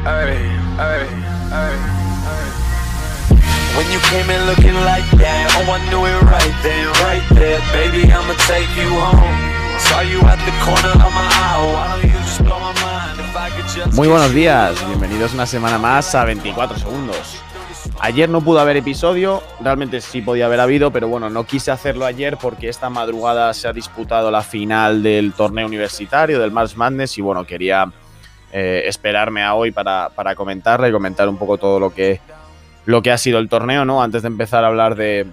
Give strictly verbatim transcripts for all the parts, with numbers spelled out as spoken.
Ay, ay, ay, ay. When you came in looking like that, oh, I knew it right then, right there. Baby, I'ma take you home. Saw you at the corner of my eye. Why don't you just blow my mind if I could just... Muy buenos días, bienvenidos una semana más a veinticuatro segundos. Ayer no pudo haber episodio, realmente sí podía haber habido, pero bueno, no quise hacerlo ayer porque esta madrugada se ha disputado la final del torneo universitario, del March Madness, y bueno, quería eh, esperarme a hoy para, para comentarla y comentar un poco todo lo que, lo que ha sido el torneo, ¿no? Antes de empezar a hablar de,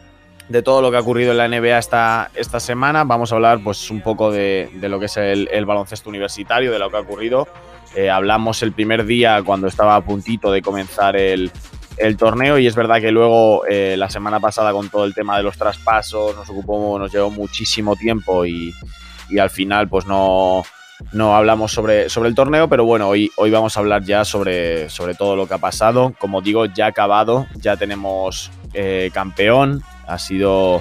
de todo lo que ha ocurrido en la N B A esta, esta semana, vamos a hablar pues un poco de, de lo que es el, el baloncesto universitario, de lo que ha ocurrido. Eh, hablamos el primer día cuando estaba a puntito de comenzar el... el torneo, y es verdad que luego eh, la semana pasada con todo el tema de los traspasos nos ocupó, nos llevó muchísimo tiempo y, y al final pues no, no hablamos sobre, sobre el torneo, pero bueno, hoy, hoy vamos a hablar ya sobre, sobre todo lo que ha pasado. Como digo, ya ha acabado, ya tenemos eh, campeón, ha sido,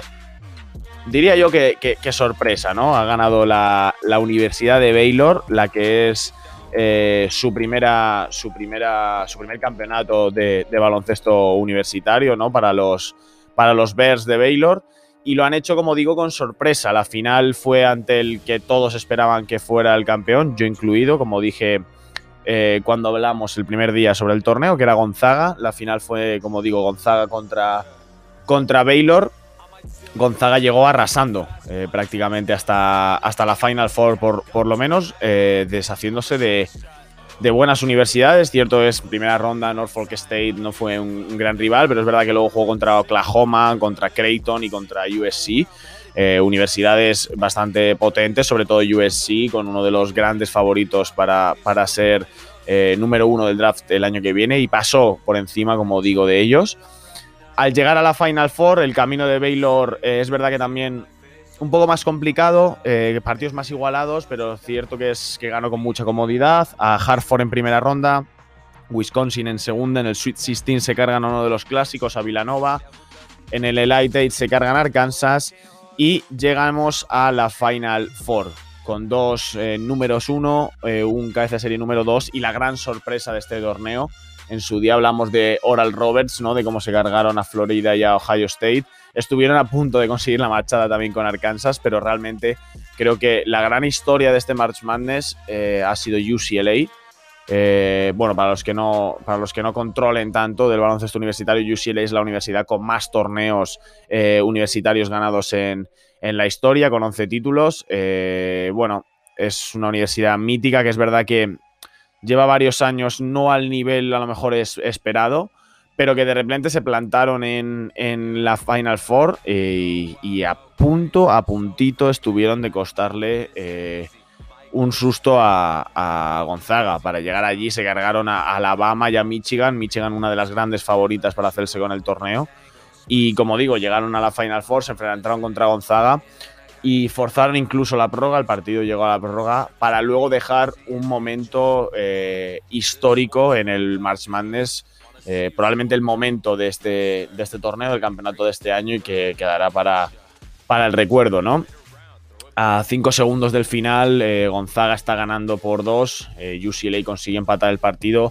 diría yo que, que, que sorpresa, ¿no? Ha ganado la, la Universidad de Baylor, la que es Eh, su primera su primera su primer campeonato de, de baloncesto universitario, ¿no? para los para los Bears de Baylor, y lo han hecho, como digo, con sorpresa. La final fue ante el que todos esperaban que fuera el campeón, yo incluido, como dije eh, cuando hablamos el primer día sobre el torneo, que era Gonzaga. La final fue, como digo, Gonzaga contra contra Baylor. Gonzaga llegó arrasando eh, prácticamente hasta, hasta la Final Four, por, por lo menos, eh, deshaciéndose de, de buenas universidades. Cierto es, primera ronda, Norfolk State no fue un, un gran rival, pero es verdad que luego jugó contra Oklahoma, contra Creighton y contra U S C. Eh, universidades bastante potentes, sobre todo U S C, con uno de los grandes favoritos para, para ser eh, número uno del draft el año que viene, y pasó por encima, como digo, de ellos. Al llegar a la Final Four, el camino de Baylor eh, es verdad que también un poco más complicado, eh, partidos más igualados, pero cierto que es que ganó con mucha comodidad. A Hartford en primera ronda, Wisconsin en segunda, en el Sweet dieciséis se cargan a uno de los clásicos, a Villanova, en el Elite Eight se cargan a Arkansas, y llegamos a la Final Four con dos eh, números uno, eh, un cabeza de serie número dos, y la gran sorpresa de este torneo. En su día hablamos de Oral Roberts, ¿no? De cómo se cargaron a Florida y a Ohio State. Estuvieron a punto de conseguir la marchada también con Arkansas, pero realmente creo que la gran historia de este March Madness eh, ha sido U C L A. Eh, bueno, para los que no, para los que no controlen tanto del baloncesto universitario, U C L A es la universidad con más torneos eh, universitarios ganados en, en la historia, con once títulos. Eh, bueno, es una universidad mítica, que es verdad que lleva varios años no al nivel a lo mejor es esperado, pero que de repente se plantaron en, en la Final Four eh, y a punto, a puntito estuvieron de costarle eh, un susto a, a Gonzaga. Para llegar allí se cargaron a, a Alabama y a Michigan, Michigan una de las grandes favoritas para hacerse con el torneo, y como digo, llegaron a la Final Four, se enfrentaron contra Gonzaga y forzaron incluso la prórroga. El partido llegó a la prórroga para luego dejar un momento eh, histórico en el March Madness, eh, probablemente el momento de este, de este torneo, del campeonato de este año, y que quedará para, para el recuerdo, ¿no? A cinco segundos del final, eh, Gonzaga está ganando por dos, eh, U C L A consigue empatar el partido.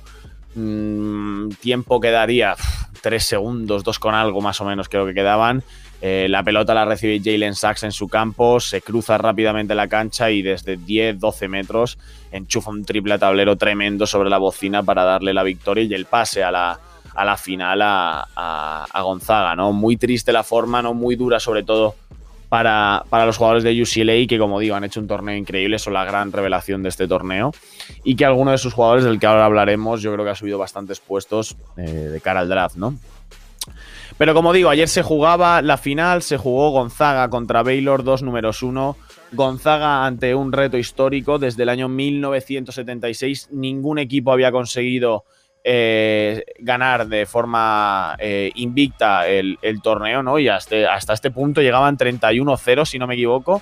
Mm, tiempo quedaría pff, tres segundos, dos con algo más o menos creo que quedaban. Eh, la pelota la recibe Jalen Sachs en su campo, se cruza rápidamente la cancha y desde diez doce metros enchufa un triple a tablero tremendo sobre la bocina para darle la victoria y el pase a la, a la final a, a, a Gonzaga, ¿no? Muy triste la forma, ¿no? Muy dura, sobre todo para, para los jugadores de U C L A, que, como digo, han hecho un torneo increíble, son la gran revelación de este torneo, y que alguno de sus jugadores, del que ahora hablaremos, yo creo que ha subido bastantes puestos eh, de cara al draft, ¿no? Pero como digo, ayer se jugaba la final, se jugó Gonzaga contra Baylor, dos números uno. Gonzaga ante un reto histórico. Desde el año mil novecientos setenta y seis ningún equipo había conseguido eh, ganar de forma eh, invicta el, el torneo, ¿no? Y hasta, hasta este punto llegaban treinta y uno cero, si no me equivoco.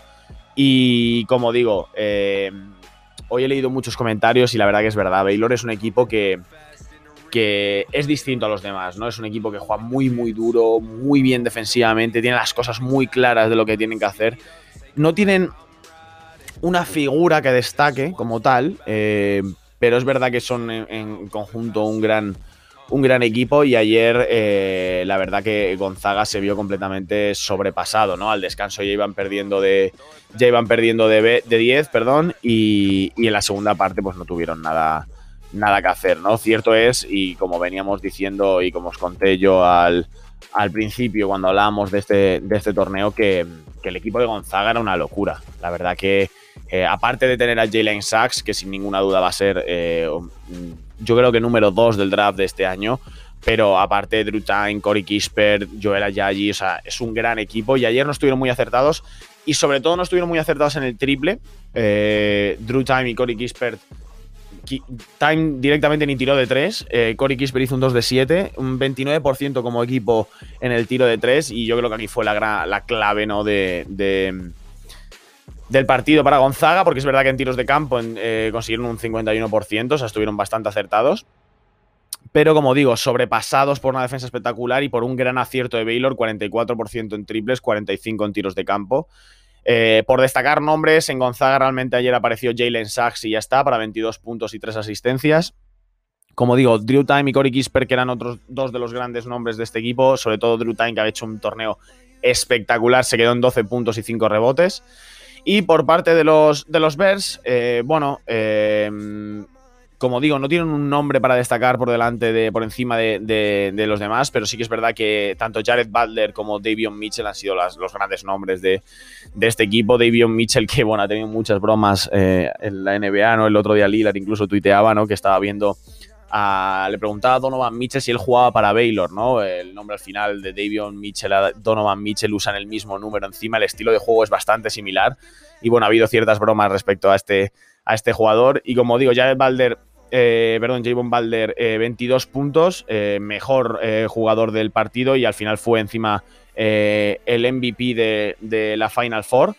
Y como digo, eh, hoy he leído muchos comentarios y la verdad que es verdad. Baylor es un equipo que... que es distinto a los demás, ¿no? Es un equipo que juega muy, muy duro, muy bien defensivamente, tiene las cosas muy claras de lo que tienen que hacer. No tienen una figura que destaque como tal, eh, pero es verdad que son en, en conjunto un gran, un gran equipo y ayer eh, la verdad que Gonzaga se vio completamente sobrepasado, ¿no? Al descanso ya iban perdiendo de ya iban perdiendo de, de diez, perdón, y, y en la segunda parte pues no tuvieron nada, nada que hacer, ¿no? Cierto es, y como veníamos diciendo y como os conté yo al, al principio cuando hablábamos de este, de este torneo, que, que el equipo de Gonzaga era una locura. La verdad que eh, aparte de tener a Jalen Sachs, que sin ninguna duda va a ser eh, yo creo que número dos del draft de este año, pero aparte Drew Time, Corey Kispert, Joel Ayayi, o sea, es un gran equipo y ayer no estuvieron muy acertados y sobre todo no estuvieron muy acertados en el triple. Eh, Drew Time y Corey Kispert, Time directamente ni tiró de tres, eh, Corey Kispert hizo un dos de siete, un veintinueve por ciento como equipo en el tiro de tres y yo creo que aquí fue la, gran, la clave, ¿no? de, de del partido para Gonzaga, porque es verdad que en tiros de campo eh, consiguieron un cincuenta y uno por ciento, o sea, estuvieron bastante acertados. Pero como digo, sobrepasados por una defensa espectacular y por un gran acierto de Baylor, cuarenta y cuatro por ciento en triples, cuarenta y cinco por ciento en tiros de campo. Eh, por destacar nombres, en Gonzaga realmente ayer apareció Jalen Sachs y ya está, para veintidós puntos y tres asistencias. Como digo, Drew Time y Corey Kispert, que eran otros dos de los grandes nombres de este equipo, sobre todo Drew Time, que ha hecho un torneo espectacular, se quedó en doce puntos y cinco rebotes. Y por parte de los, de los Bears, eh, bueno, eh, como digo, no tienen un nombre para destacar por delante de, por encima de, de, de los demás, pero sí que es verdad que tanto Jared Butler como Davion Mitchell han sido las, los grandes nombres de, de este equipo. Davion Mitchell, que bueno, ha tenido muchas bromas eh, en la N B A, ¿no? El otro día Lillard incluso tuiteaba, ¿no? Que estaba viendo, a, le preguntaba a Donovan Mitchell si él jugaba para Baylor, ¿no? El nombre al final de Davion Mitchell a Donovan Mitchell usan el mismo número encima, el estilo de juego es bastante similar y bueno, ha habido ciertas bromas respecto a este, a este jugador y como digo, Jared Butler, eh, perdón, Javon Butler, eh, veintidós puntos, eh, mejor eh, jugador del partido y al final fue encima eh, el M V P de, de la Final Four.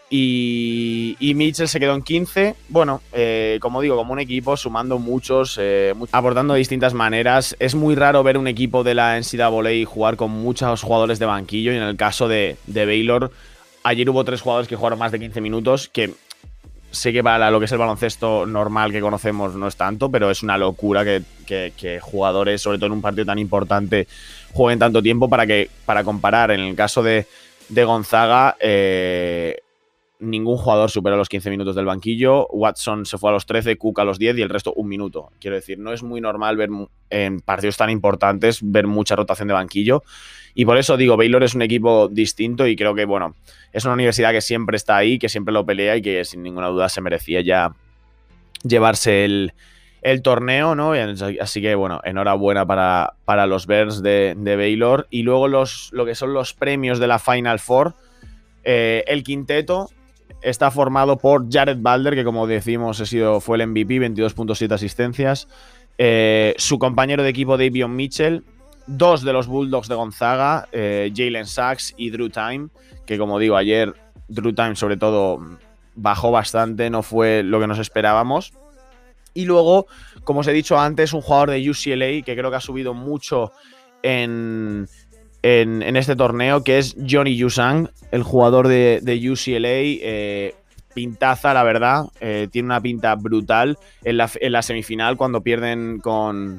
Y, y Mitchell se quedó en quince. Bueno, eh, como digo, como un equipo sumando muchos, eh, muchos, abordando de distintas maneras. Es muy raro ver un equipo de la N C A A jugar con muchos jugadores de banquillo. Y en el caso de, de Baylor, ayer hubo tres jugadores que jugaron más de quince minutos, que sé que para lo que es el baloncesto normal que conocemos no es tanto, pero es una locura que, que, que jugadores, sobre todo en un partido tan importante, jueguen tanto tiempo. Para, que, para comparar, en el caso de, de Gonzaga, eh, ningún jugador supera los quince minutos del banquillo. Watson se fue a los trece, Cook a los diez y el resto un minuto. Quiero decir, no es muy normal ver en partidos tan importantes ver mucha rotación de banquillo. Y por eso digo, Baylor es un equipo distinto y creo que, bueno, es una universidad que siempre está ahí, que siempre lo pelea y que sin ninguna duda se merecía ya llevarse el, el torneo, ¿no? Así que, bueno, enhorabuena para, para los Bears de, de Baylor. Y luego los, lo que son los premios de la Final Four. Eh, el quinteto está formado por Jared Butler, que como decimos ha sido, fue el M V P, veintidós punto siete asistencias. Eh, su compañero de equipo Davion Mitchell, dos de los Bulldogs de Gonzaga, eh, Jalen Sachs y Drew Time, que como digo, ayer Drew Time sobre todo bajó bastante, no fue lo que nos esperábamos. Y luego, como os he dicho antes, un jugador de U C L A que creo que ha subido mucho en... En, en este torneo, que es Johnny Juzang, el jugador de, de U C L A, eh, pintaza, la verdad, eh, tiene una pinta brutal. En la, en la semifinal, cuando pierden con,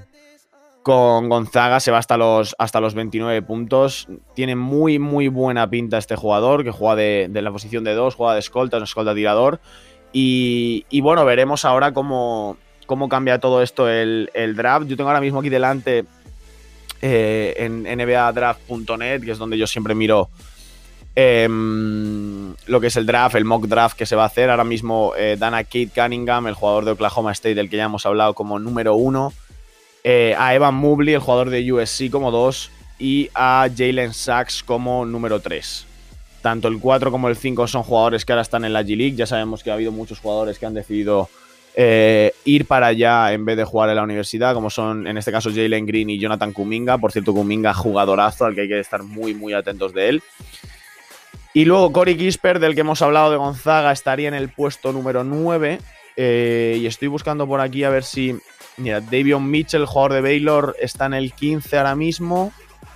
con Gonzaga, se va hasta los, hasta los veintinueve puntos. Tiene muy, muy buena pinta este jugador, que juega de, de la posición de dos, juega de escolta, es un escolta tirador. Y, y bueno, veremos ahora cómo, cómo cambia todo esto el, el draft. Yo tengo ahora mismo aquí delante... Eh, en N B A draft punto net, que es donde yo siempre miro eh, lo que es el draft, el mock draft que se va a hacer. Ahora mismo eh, dan a Kate Cunningham, el jugador de Oklahoma State del que ya hemos hablado, como número uno, eh, a Evan Mobley, el jugador de U S C, como dos, y a Jalen Sachs como número tres. Tanto el cuatro como el cinco son jugadores que ahora están en la G-League. Ya sabemos que ha habido muchos jugadores que han decidido Eh, ir para allá en vez de jugar en la universidad, como son en este caso Jalen Green y Jonathan Kuminga. Por cierto, Kuminga, jugadorazo al que hay que estar muy muy atentos de él. Y luego Corey Kispert, del que hemos hablado, de Gonzaga, estaría en el puesto número nueve. Eh, y estoy buscando por aquí a ver si... Mira, Davion Mitchell, el jugador de Baylor, está en el quince ahora mismo.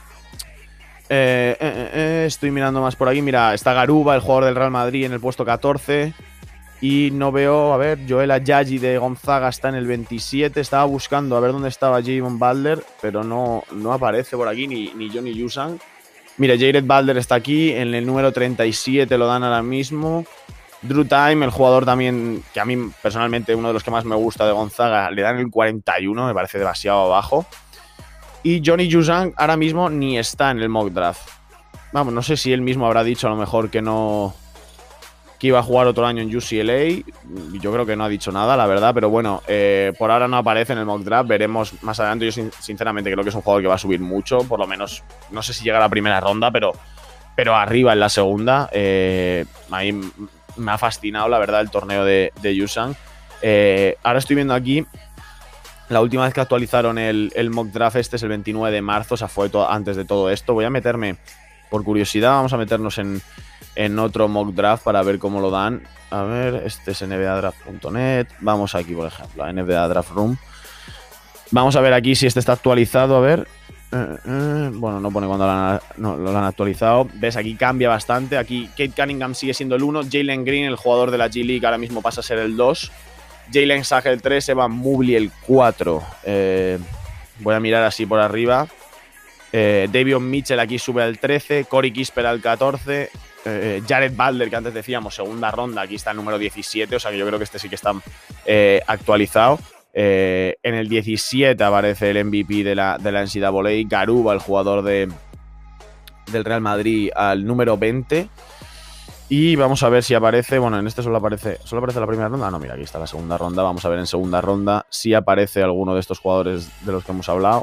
Eh, eh, eh, estoy mirando más por aquí. Mira, está Garuba, el jugador del Real Madrid, en el puesto catorce. Y no veo, a ver, Joel Ayayi de Gonzaga está en el veintisiete. Estaba buscando a ver dónde estaba Javon Butler, pero no, no aparece por aquí ni, ni Johnny Usang. Mira, Jared Butler está aquí, en el número treinta y siete lo dan ahora mismo. Drew Time, el jugador también, que a mí personalmente uno de los que más me gusta de Gonzaga, le dan el cuarenta y uno, me parece demasiado bajo. Y Johnny Usang ahora mismo ni está en el mock draft. Vamos, no sé si él mismo habrá dicho a lo mejor que no... que iba a jugar otro año en U C L A. Yo creo que no ha dicho nada, la verdad, pero bueno, eh, por ahora no aparece en el mock draft. Veremos más adelante. Yo sin, sinceramente creo que es un jugador que va a subir mucho, por lo menos, no sé si llega a la primera ronda, pero, pero arriba en la segunda. Eh, a mí me ha fascinado, la verdad, el torneo de, de Usang. Eh, ahora estoy viendo aquí, la última vez que actualizaron el, el mock draft este es el veintinueve de marzo, o sea, fue to- antes de todo esto. Voy a meterme, por curiosidad, vamos a meternos en... en otro mock draft para ver cómo lo dan. A ver, este es N B A draft punto net. Vamos aquí, por ejemplo, a N B A Draft Room. Vamos a ver aquí si este está actualizado. A ver. Eh, eh, bueno, no pone cuando lo han, no, lo han actualizado. Ves, aquí cambia bastante. Aquí Kate Cunningham sigue siendo el uno. Jalen Green, el jugador de la G League, ahora mismo pasa a ser el dos. Jalen Sage el tres. Evan Mobley el cuatro. Eh, voy a mirar así por arriba. Eh, Davion Mitchell aquí sube al trece. Corey Kispert al catorce. Eh, Jared Butler, que antes decíamos segunda ronda, aquí está el número diecisiete, o sea que yo creo que este sí que está eh, actualizado. Eh, en el diecisiete aparece el M V P de la, de la N C double A, Garuba, el jugador de, del Real Madrid, al número veinte. Y vamos a ver si aparece, bueno, en este solo aparece, ¿solo aparece la primera ronda? Ah, no, mira, aquí está la segunda ronda. Vamos a ver en segunda ronda si aparece alguno de estos jugadores de los que hemos hablado.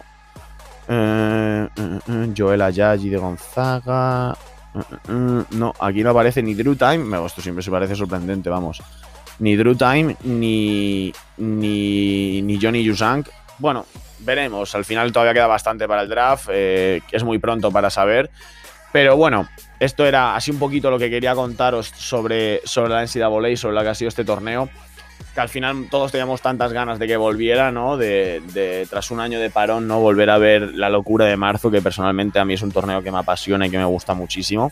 Eh, eh, eh, Joel Ayayi de Gonzaga... No, aquí no aparece ni Drew Time. Esto siempre se parece sorprendente, vamos. Ni Drew Time, ni, ni, ni Johnny Usang. Bueno, veremos. Al final todavía queda bastante para el draft. Eh, es muy pronto para saber. Pero bueno, esto era así un poquito lo que quería contaros sobre, sobre la N C double A, sobre lo que ha sido este torneo. Que al final todos teníamos tantas ganas de que volviera, ¿no? De, de tras un año de parón, ¿no? Volver a ver la locura de marzo, que personalmente a mí es un torneo que me apasiona y que me gusta muchísimo.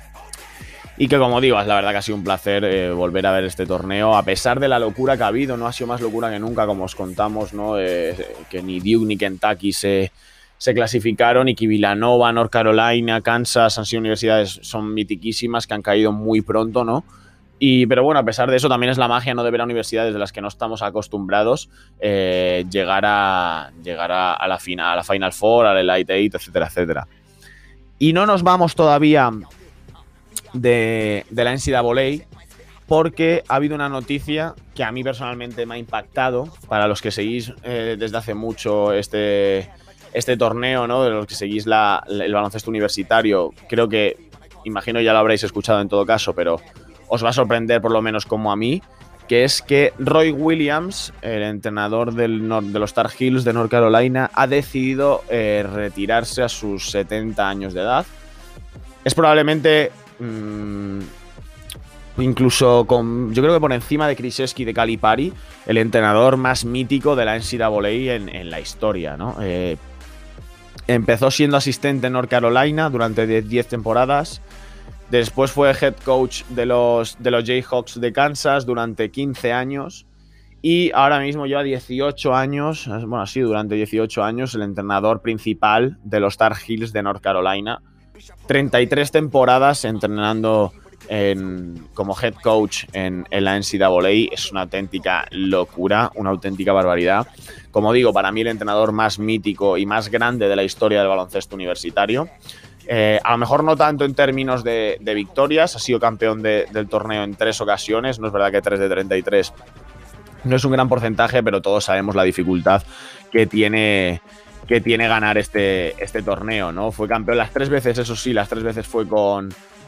Y que, como digo, es la verdad que ha sido un placer eh, volver a ver este torneo, a pesar de la locura que ha habido. No ha sido más locura que nunca, como os contamos, ¿no? Eh, que ni Duke ni Kentucky se, se clasificaron, y que Villanova, North Carolina, Kansas han sido universidades, son mitiquísimas, que han caído muy pronto, ¿no? Y, pero bueno, a pesar de eso, también es la magia, ¿no?, de ver a universidades de las que no estamos acostumbrados eh, llegar, a, llegar a, a, la final, a la Final Four, al Elite Eight, etcétera, etcétera. Y no nos vamos todavía de, de la N C double A, porque ha habido una noticia que a mí personalmente me ha impactado. Para los que seguís eh, desde hace mucho este, este torneo, ¿no?, de los que seguís la, el baloncesto universitario, creo que, imagino ya lo habréis escuchado en todo caso, pero os va a sorprender por lo menos como a mí, que es que Roy Williams, el entrenador del de los Tar Heels de North Carolina, ha decidido eh, retirarse a sus setenta años de edad. Es probablemente mmm, incluso con, yo creo que por encima de Krzyzewski y de Calipari, el entrenador más mítico de la N C double A en, en la historia, ¿no? Eh, empezó siendo asistente en North Carolina durante diez temporadas. Después fue head coach de los, de los Jayhawks de Kansas durante quince años. Y ahora mismo lleva dieciocho años, bueno, sí, durante dieciocho años, el entrenador principal de los Tar Heels de North Carolina. treinta y tres temporadas entrenando en, como head coach en, en la N C double A. Es una auténtica locura, una auténtica barbaridad. Como digo, para mí el entrenador más mítico y más grande de la historia del baloncesto universitario. Eh, a lo mejor no tanto en términos de, de victorias, ha sido campeón de, del torneo en tres ocasiones, no es verdad que tres de treinta y tres no es un gran porcentaje, pero todos sabemos la dificultad que tiene, que tiene ganar este, este torneo, ¿no? Fue campeón las tres veces, eso sí, las tres veces fue con,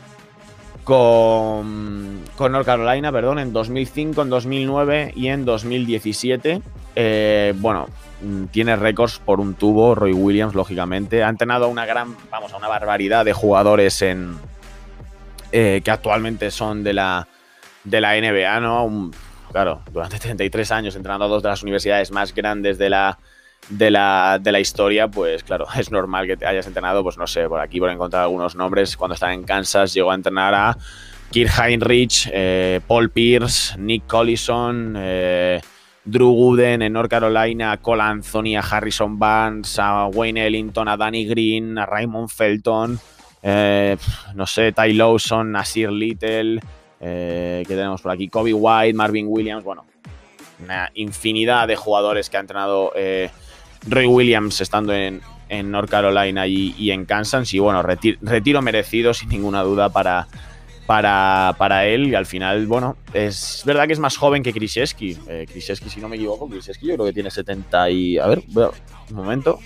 con, con North Carolina, perdón, en dos mil cinco, en dos mil nueve y en dos mil diecisiete. Eh, bueno, tiene récords por un tubo Roy Williams, lógicamente. Ha entrenado a una gran, vamos, a una barbaridad de jugadores en eh, que actualmente son de la, de la N B A, ¿no? Un, claro, durante treinta y tres años entrenando a dos de las universidades más grandes de la, de la, de la historia, pues claro, es normal que te hayas entrenado, pues no sé, por aquí por encontrar algunos nombres. Cuando estaba en Kansas llegó a entrenar a Kirk Heinrich, eh, Paul Pierce, Nick Collison, eh, Drew Gooden en North Carolina, Cole Anthony, a Harrison Barnes, a Wayne Ellington, a Danny Green, a Raymond Felton, eh, no sé, Ty Lawson, Nasir Little, eh, ¿qué tenemos por aquí? Kobe White, Marvin Williams, bueno, una infinidad de jugadores que ha entrenado eh, Roy Williams estando en, en North Carolina y, y en Kansas, y bueno, retiro, retiro merecido sin ninguna duda para... Para, para él, y al final, bueno, es verdad que es más joven que Krzyzewski. Eh, Krzyzewski, si no me equivoco, Krzyzewski yo creo que tiene setenta y... A ver, voy a, un momento.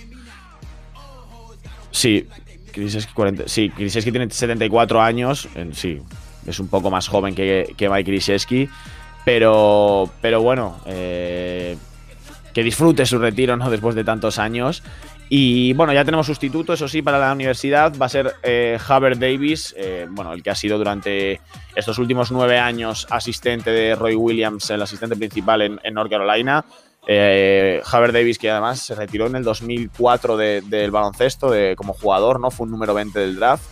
Sí, Krzyzewski cuarenta... Sí, Krzyzewski tiene setenta y cuatro años. Eh, sí, es un poco más joven que, que Mike Krzyzewski. Pero, pero bueno, eh, que disfrute su retiro, ¿no? Después de tantos años. Y bueno, ya tenemos sustituto, eso sí, para la universidad. Va a ser eh, Hubert Davis, eh, bueno, el que ha sido durante estos últimos nueve años asistente de Roy Williams, el asistente principal en, en North Carolina. Eh, Hubert Davis, que además se retiró en el dos mil cuatro de, del baloncesto de, como jugador, ¿no? Fue un número veinte del draft.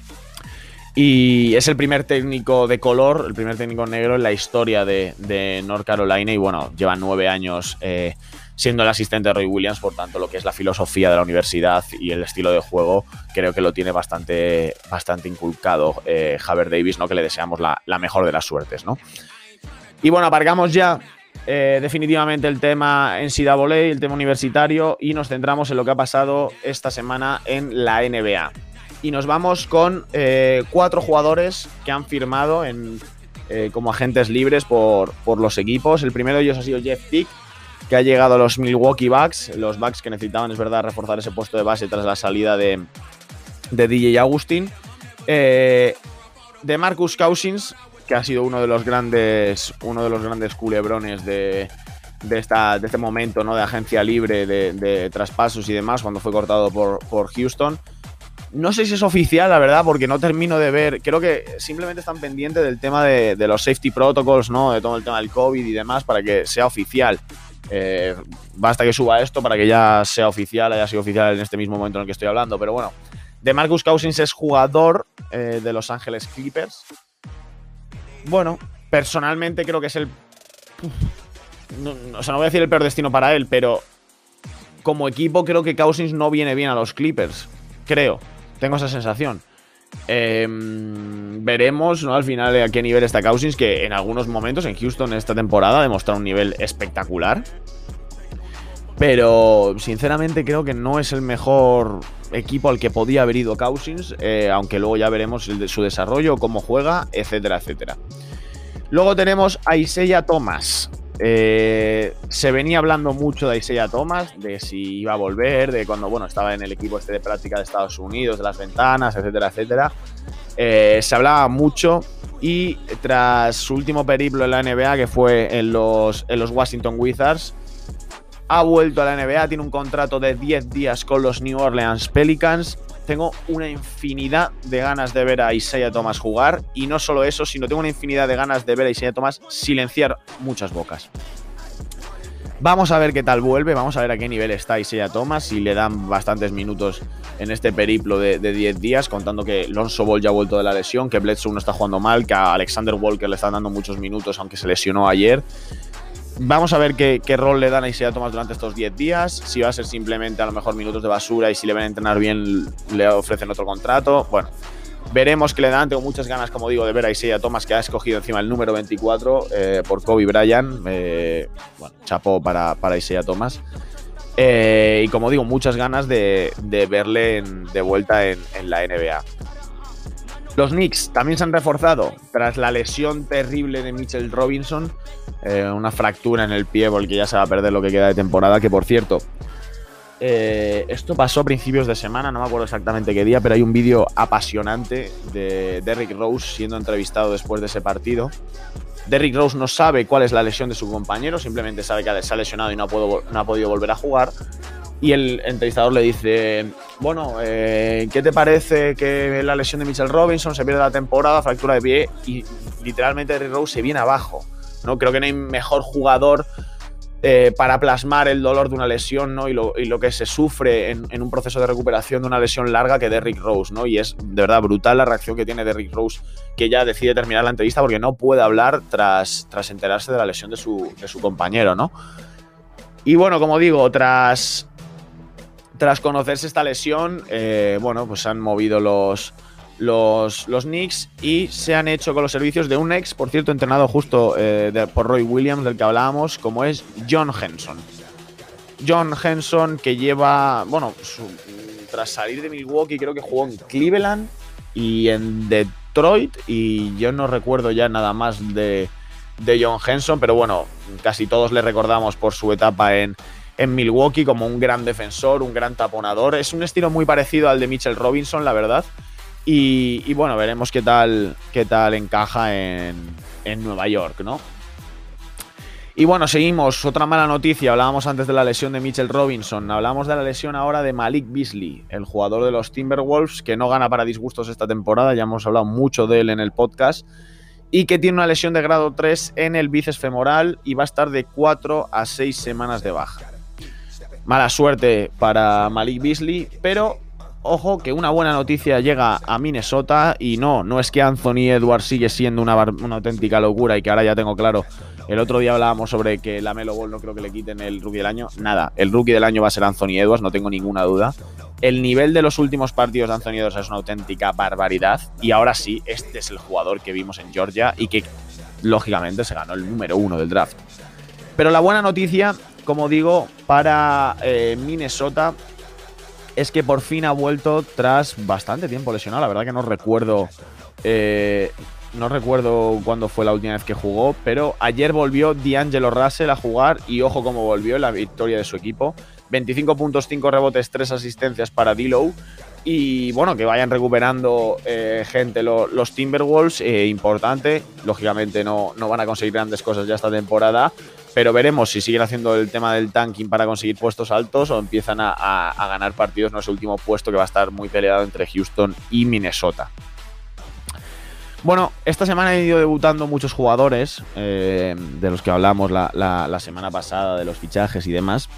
Y es el primer técnico de color, el primer técnico negro en la historia de, de North Carolina. Y bueno, lleva nueve años eh, siendo el asistente de Roy Williams, por tanto, lo que es la filosofía de la universidad y el estilo de juego, creo que lo tiene bastante, bastante inculcado eh, Hubert Davis, ¿no? Que le deseamos la, la mejor de las suertes, ¿no? Y bueno, aparcamos ya eh, definitivamente el tema N C A A, el tema universitario, y nos centramos en lo que ha pasado esta semana en la N B A. Y nos vamos con eh, cuatro jugadores que han firmado en, eh, como agentes libres por, por los equipos. El primero de ellos ha sido Jeff Teague, que ha llegado a los Milwaukee Bucks. Los Bucks que necesitaban, es verdad, reforzar ese puesto de base tras la salida de, de D J Augustin. Eh, de Marcus Cousins, que ha sido uno de los grandes, uno de los grandes culebrones de, de, esta, de este momento, ¿no? De agencia libre, de, de traspasos y demás, cuando fue cortado por, por Houston. No sé si es oficial, la verdad, porque no termino de ver. Creo que simplemente están pendientes del tema de, de los safety protocols, ¿no? De todo el tema del COVID y demás, para que sea oficial. Eh, basta que suba esto para que ya sea oficial, haya sido oficial en este mismo momento en el que estoy hablando. Pero bueno, DeMarcus Cousins es jugador eh, de Los Ángeles Clippers. Bueno, personalmente creo que es el... No, no, o sea, no voy a decir el peor destino para él, pero como equipo creo que Cousins no viene bien a los Clippers. Creo. Tengo esa sensación. Eh, veremos, ¿no? Al final a qué nivel está Cousins, que en algunos momentos en Houston esta temporada ha demostrado un nivel espectacular. Pero sinceramente creo que no es el mejor equipo al que podía haber ido Cousins, eh, aunque luego ya veremos el de su desarrollo, cómo juega, etcétera, etcétera. Luego tenemos a Isaiah Thomas. Eh, se venía hablando mucho de Isaiah Thomas, de si iba a volver, de cuando bueno estaba en el equipo este de práctica de Estados Unidos, de las ventanas, etcétera, etcétera. Eh, se hablaba mucho y tras su último periplo en la N B A, que fue en los, en los Washington Wizards, ha vuelto a la N B A, tiene un contrato de diez días con los New Orleans Pelicans. Tengo una infinidad de ganas de ver a Isaiah Thomas jugar, y no solo eso, sino tengo una infinidad de ganas de ver a Isaiah Thomas silenciar muchas bocas. Vamos a ver qué tal vuelve, vamos a ver a qué nivel está Isaiah Thomas, si le dan bastantes minutos en este periplo de, de diez días, contando que Lonzo Ball ya ha vuelto de la lesión, que Bledsoe no está jugando mal, que a Alexander Walker le están dando muchos minutos, aunque se lesionó ayer. Vamos a ver qué, qué rol le dan a Isaiah Thomas durante estos diez días, si va a ser simplemente a lo mejor minutos de basura y si le ven a entrenar bien le ofrecen otro contrato. Bueno, veremos qué le dan. Tengo muchas ganas, como digo, de ver a Isaiah Thomas, que ha escogido encima el número veinticuatro eh, por Kobe Bryant. Eh, bueno, chapó para, para Isaiah Thomas. Eh, y como digo, muchas ganas de, de verle en, de vuelta en, en la N B A. Los Knicks también se han reforzado tras la lesión terrible de Mitchell Robinson, eh, una fractura en el pie por el que ya se va a perder lo que queda de temporada, que por cierto, eh, esto pasó a principios de semana, no me acuerdo exactamente qué día, pero hay un vídeo apasionante de Derrick Rose siendo entrevistado después de ese partido. Derrick Rose no sabe cuál es la lesión de su compañero, simplemente sabe que se ha lesionado y no ha, puedo, no ha podido volver a jugar. Y el entrevistador le dice, bueno, eh, ¿qué te parece que la lesión de Mitchell Robinson se pierde la temporada, fractura de pie? Y literalmente Derrick Rose se viene abajo, ¿no? Creo que no hay mejor jugador eh, para plasmar el dolor de una lesión, ¿no? Y lo, y lo que se sufre en, en un proceso de recuperación de una lesión larga que Derrick Rose, ¿no? Y es de verdad brutal la reacción que tiene Derrick Rose, que ya decide terminar la entrevista porque no puede hablar tras, tras enterarse de la lesión de su, de su compañero, ¿no? Y bueno, como digo, tras, tras conocerse esta lesión, eh, bueno, pues se han movido los, los, los Knicks y se han hecho con los servicios de un ex, por cierto, entrenado justo eh, de, por Roy Williams, del que hablábamos, como es John Henson. John Henson, que lleva, bueno, su, tras salir de Milwaukee, creo que jugó en Cleveland y en Detroit, y yo no recuerdo ya nada más de, de John Henson, pero bueno, casi todos le recordamos por su etapa en, en Milwaukee como un gran defensor, un gran taponador. Es un estilo muy parecido al de Mitchell Robinson, la verdad. Y, y bueno, veremos qué tal, qué tal encaja en, en Nueva York, ¿no? Y bueno, seguimos. Otra mala noticia. Hablábamos antes de la lesión de Mitchell Robinson. Hablamos de la lesión ahora de Malik Beasley, el jugador de los Timberwolves, que no gana para disgustos esta temporada. Ya hemos hablado mucho de él en el podcast. Y que tiene una lesión de grado tres en el bíceps femoral y va a estar de cuatro a seis semanas de baja. Mala suerte para Malik Beasley, pero ojo que una buena noticia llega a Minnesota y no, no es que Anthony Edwards sigue siendo una, una auténtica locura y que ahora ya tengo claro. El otro día hablábamos sobre que LaMelo Ball no creo que le quiten el Rookie del Año. Nada, el Rookie del Año va a ser Anthony Edwards, no tengo ninguna duda. El nivel de los últimos partidos de Anthony Edwards es una auténtica barbaridad. Y ahora sí, este es el jugador que vimos en Georgia y que, lógicamente, se ganó el número uno del draft. Pero la buena noticia, como digo, para eh, Minnesota es que por fin ha vuelto tras bastante tiempo lesionado. La verdad que no recuerdo... Eh, No recuerdo cuándo fue la última vez que jugó, pero ayer volvió D'Angelo Russell a jugar y ojo cómo volvió en la victoria de su equipo. veinticinco puntos, cinco rebotes, tres asistencias para D-Low. Y bueno, que vayan recuperando eh, gente lo, los Timberwolves, eh, importante. Lógicamente no, no van a conseguir grandes cosas ya esta temporada, pero veremos si siguen haciendo el tema del tanking para conseguir puestos altos o empiezan a, a, a ganar partidos en ese último puesto que va a estar muy peleado entre Houston y Minnesota. Bueno, esta semana han ido debutando muchos jugadores, eh, de los que hablamos la, la, la semana pasada, de los fichajes y demás.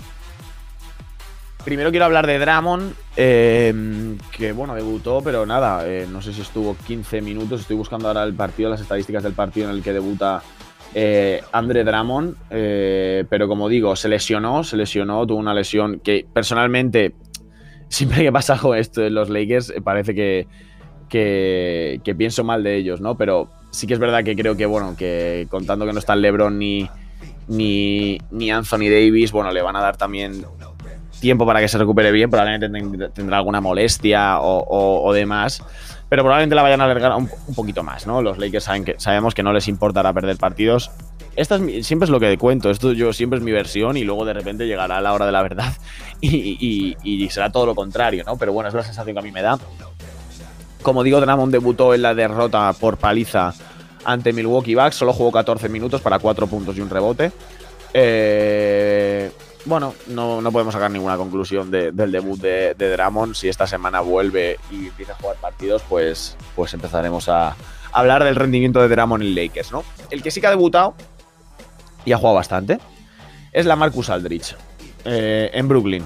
Primero quiero hablar de Drummond, eh, que bueno, debutó, pero nada, eh, no sé si estuvo quince minutos. Estoy buscando ahora el partido, las estadísticas del partido en el que debuta eh, Andre Drummond, eh, pero como digo, se lesionó, se lesionó, tuvo una lesión que personalmente, siempre que pasa algo esto en los Lakers, parece que... Que, que pienso mal de ellos, ¿no? Pero sí que es verdad que creo que, bueno, que contando que no están LeBron ni, ni, ni Anthony Davis, bueno, le van a dar también tiempo para que se recupere bien. Probablemente tendrá alguna molestia o, o, o demás, pero probablemente la vayan a alargar un, un poquito más, ¿no? Los Lakers saben que, sabemos que no les importará perder partidos. Esta es, siempre es lo que cuento, esto yo siempre es mi versión y luego de repente llegará la hora de la verdad y, y, y será todo lo contrario, ¿no? Pero bueno, es la sensación que a mí me da. Como digo, Drummond debutó en la derrota por paliza ante Milwaukee Bucks. Solo jugó catorce minutos para cuatro puntos y un rebote. Eh, bueno, no, no podemos sacar ninguna conclusión de, del debut de, de Drummond. Si esta semana vuelve y empieza a jugar partidos, pues, pues empezaremos a hablar del rendimiento de Drummond en Lakers, ¿no? El que sí que ha debutado y ha jugado bastante es LaMarcus Aldridge, eh, en Brooklyn.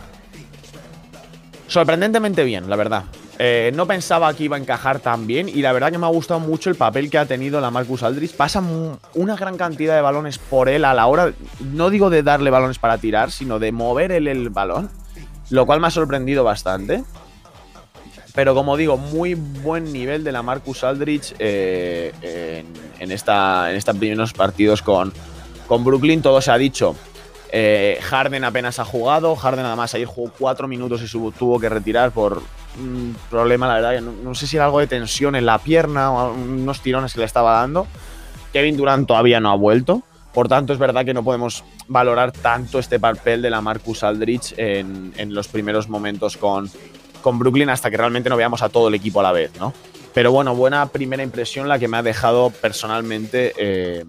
Sorprendentemente bien, la verdad. Eh, no pensaba que iba a encajar tan bien y la verdad que me ha gustado mucho el papel que ha tenido LaMarcus Aldridge. Pasa una gran cantidad de balones por él a la hora, no digo de darle balones para tirar, sino de mover él el balón, lo cual me ha sorprendido bastante. Pero como digo, muy buen nivel de LaMarcus Aldridge eh, en, en, esta, en estos primeros partidos con, con Brooklyn. Todo se ha dicho. Eh, Harden apenas ha jugado. Harden además ayer jugó cuatro minutos y su, tuvo que retirar por un problema, la verdad, que no, no sé si era algo de tensión en la pierna o unos tirones que le estaba dando. Kevin Durant todavía no ha vuelto. Por tanto, es verdad que no podemos valorar tanto este papel de LaMarcus Aldridge en, en los primeros momentos con, con Brooklyn hasta que realmente no veamos a todo el equipo a la vez, ¿no? Pero bueno, buena primera impresión la que me ha dejado personalmente eh,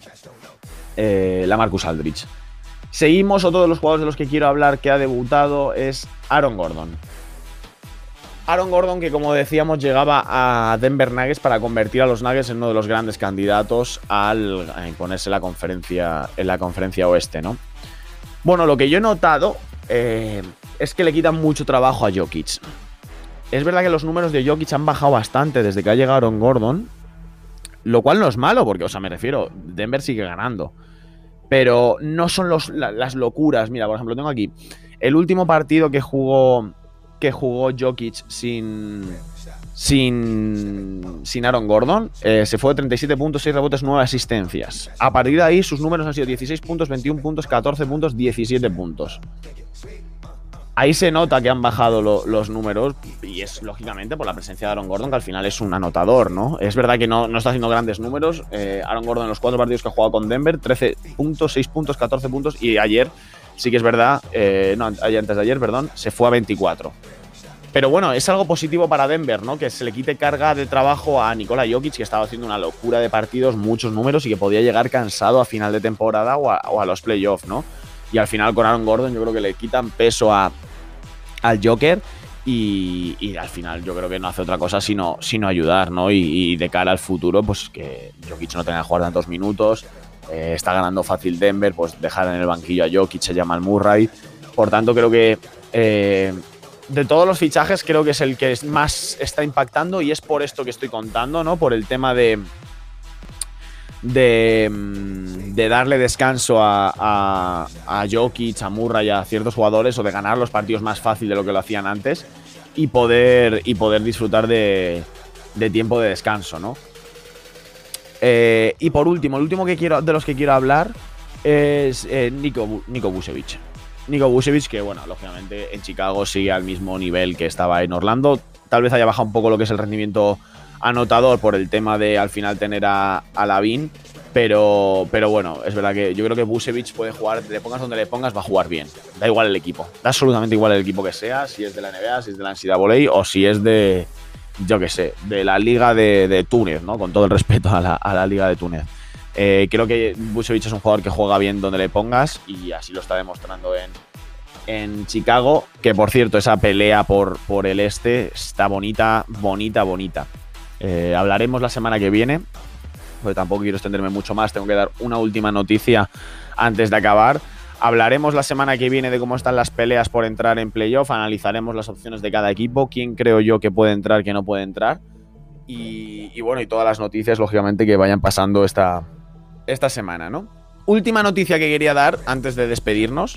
eh, LaMarcus Aldridge. Seguimos, otro de los jugadores de los que quiero hablar que ha debutado es Aaron Gordon. Aaron Gordon, que como decíamos llegaba a Denver Nuggets para convertir a los Nuggets en uno de los grandes candidatos al a imponerse la conferencia, en la conferencia oeste, ¿no? Bueno, lo que yo he notado eh, es que le quitan mucho trabajo a Jokic. Es verdad que los números de Jokic han bajado bastante desde que ha llegado Aaron Gordon, lo cual no es malo, porque, o sea, me refiero, Denver sigue ganando. Pero no son los, la, las locuras. Mira, por ejemplo, tengo aquí el último partido que jugó, que jugó Jokic sin, sin, sin Aaron Gordon. Eh, se fue de treinta y siete puntos, seis rebotes, nueve asistencias. A partir de ahí sus números han sido dieciséis puntos, veintiún puntos, catorce puntos, diecisiete puntos. Ahí se nota que han bajado lo, los números y es lógicamente por la presencia de Aaron Gordon, que al final es un anotador, ¿no? Es verdad que no, no está haciendo grandes números. Eh, Aaron Gordon en los cuatro partidos que ha jugado con Denver, trece puntos, seis puntos, catorce puntos, y ayer sí que es verdad, eh, no, ayer, antes de ayer, perdón, se fue a veinticuatro. Pero bueno, es algo positivo para Denver, ¿no? Que se le quite carga de trabajo a Nikola Jokic, que estaba haciendo una locura de partidos, muchos números, y que podía llegar cansado a final de temporada o a, o a los playoffs, ¿no? Y al final con Aaron Gordon yo creo que le quitan peso a, al Joker y, y al final yo creo que no hace otra cosa sino, sino ayudar, ¿no? Y, y de cara al futuro, pues que Jokic no tenga que jugar tantos minutos, eh, está ganando fácil Denver, pues dejar en el banquillo a Jokic, se llama al Murray. Por tanto, creo que eh, de todos los fichajes creo que es el que más está impactando y es por esto que estoy contando, ¿no? Por el tema de... De, de darle descanso a, a, a Jokic, a Murray, a ciertos jugadores, o de ganar los partidos más fácil de lo que lo hacían antes y poder, y poder disfrutar de, de tiempo de descanso, ¿no? Eh, y por último, el último que quiero, de los que quiero hablar es eh, Nico, Nico Vucevic. Nico Vucevic, que bueno, lógicamente en Chicago sigue al mismo nivel que estaba en Orlando. Tal vez haya bajado un poco lo que es el rendimiento anotador por el tema de al final tener a, a Lavin, pero, pero bueno, es verdad que yo creo que Vucevic puede jugar, le pongas donde le pongas, va a jugar bien. Da igual el equipo, da absolutamente igual el equipo que sea, si es de la N B A, si es de la N C A A o si es de, yo qué sé, de la Liga de, de Túnez, ¿no? Con todo el respeto a la, a la Liga de Túnez. Eh, creo que Vucevic es un jugador que juega bien donde le pongas y así lo está demostrando en, en Chicago, que por cierto, esa pelea por, por el este está bonita, bonita, bonita. Eh, hablaremos la semana que viene, porque tampoco quiero extenderme mucho más, tengo que dar una última noticia antes de acabar. Hablaremos la semana que viene de cómo están las peleas por entrar en playoff, analizaremos las opciones de cada equipo, quién creo yo que puede entrar, quién no puede entrar, y, y bueno, y todas las noticias, lógicamente, que vayan pasando esta, esta semana, ¿no? Última noticia que quería dar antes de despedirnos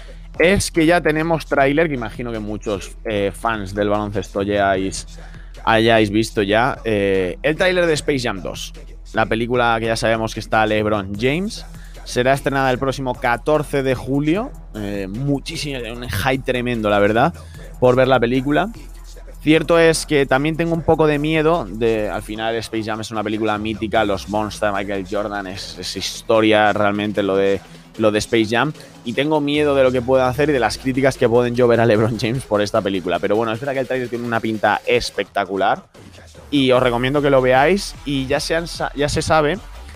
es que ya tenemos tráiler, que imagino que muchos eh, fans del baloncesto hayáis, hayáis visto ya, eh, el tráiler de Space Jam dos. La película que ya sabemos que está LeBron James. Será estrenada el próximo catorce de julio. Eh, muchísimo, un hype tremendo, la verdad, por ver la película. Cierto es que también tengo un poco de miedo de, al final Space Jam es una película mítica, los Monsters, Michael Jordan, es, es historia realmente lo de, lo de Space Jam. Y tengo miedo de lo que puedan hacer y de las críticas que pueden llover a LeBron James por esta película. Pero bueno, es verdad que el trailer tiene una pinta espectacular y os recomiendo que lo veáis. Y ya se, han, ya se sabe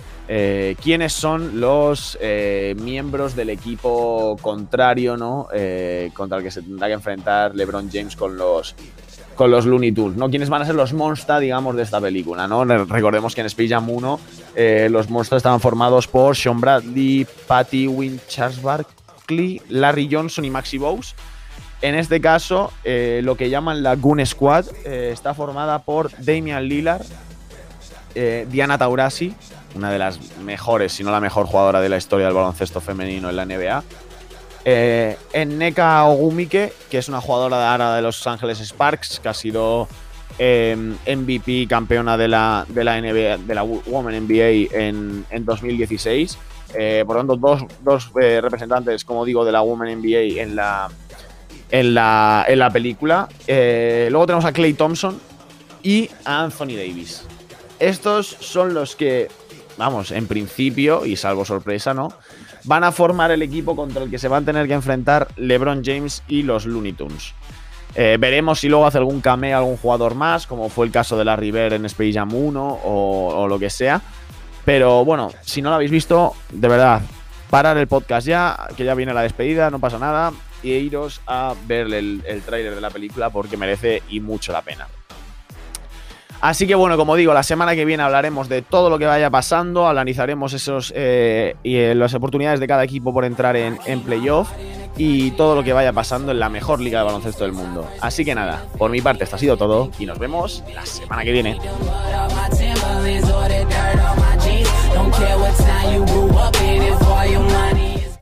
eh, quiénes son los eh, miembros del equipo contrario, ¿no? Eh, contra el que se tendrá que enfrentar LeBron James con los, con los Looney Tunes, ¿no? Quiénes van a ser los Monsters, digamos, de esta película, ¿no? Recordemos que en Space Jam uno eh, los Monsters estaban formados por Sean Bradley, Patty Wynn, Charles Barkley, Larry Johnson y Maxi Bowes. En este caso, eh, lo que llaman la Goon Squad eh, está formada por Damian Lillard, eh, Diana Taurasi, una de las mejores, si no la mejor jugadora de la historia del baloncesto femenino en la N B A, eh, Nneka Ogwumike, que es una jugadora ahora de Los Ángeles Sparks, que ha sido eh, M V P, campeona de la, de la N B A, de la Women N B A en, en dos mil dieciséis. Eh, por lo tanto, dos, dos eh, representantes, como digo, de la Women N B A en la En la, en la película. Eh, luego tenemos a Klay Thompson y a Anthony Davis. Estos son los que, vamos, en principio, y salvo sorpresa, ¿no?, van a formar el equipo contra el que se van a tener que enfrentar LeBron James y los Looney Tunes. Eh, veremos si luego hace algún cameo algún jugador más, como fue el caso de Larry Bird en Space Jam uno o, o lo que sea. Pero bueno, si no lo habéis visto, de verdad, parar el podcast ya, que ya viene la despedida, no pasa nada, y iros a ver el, el tráiler de la película porque merece y mucho la pena. Así que bueno, como digo, la semana que viene hablaremos de todo lo que vaya pasando, analizaremos esos eh, y eh, las oportunidades de cada equipo por entrar en, en playoff y todo lo que vaya pasando en la mejor liga de baloncesto del mundo. Así que nada, por mi parte esto ha sido todo y nos vemos la semana que viene. Don't care what time you grew up in, it's all your money.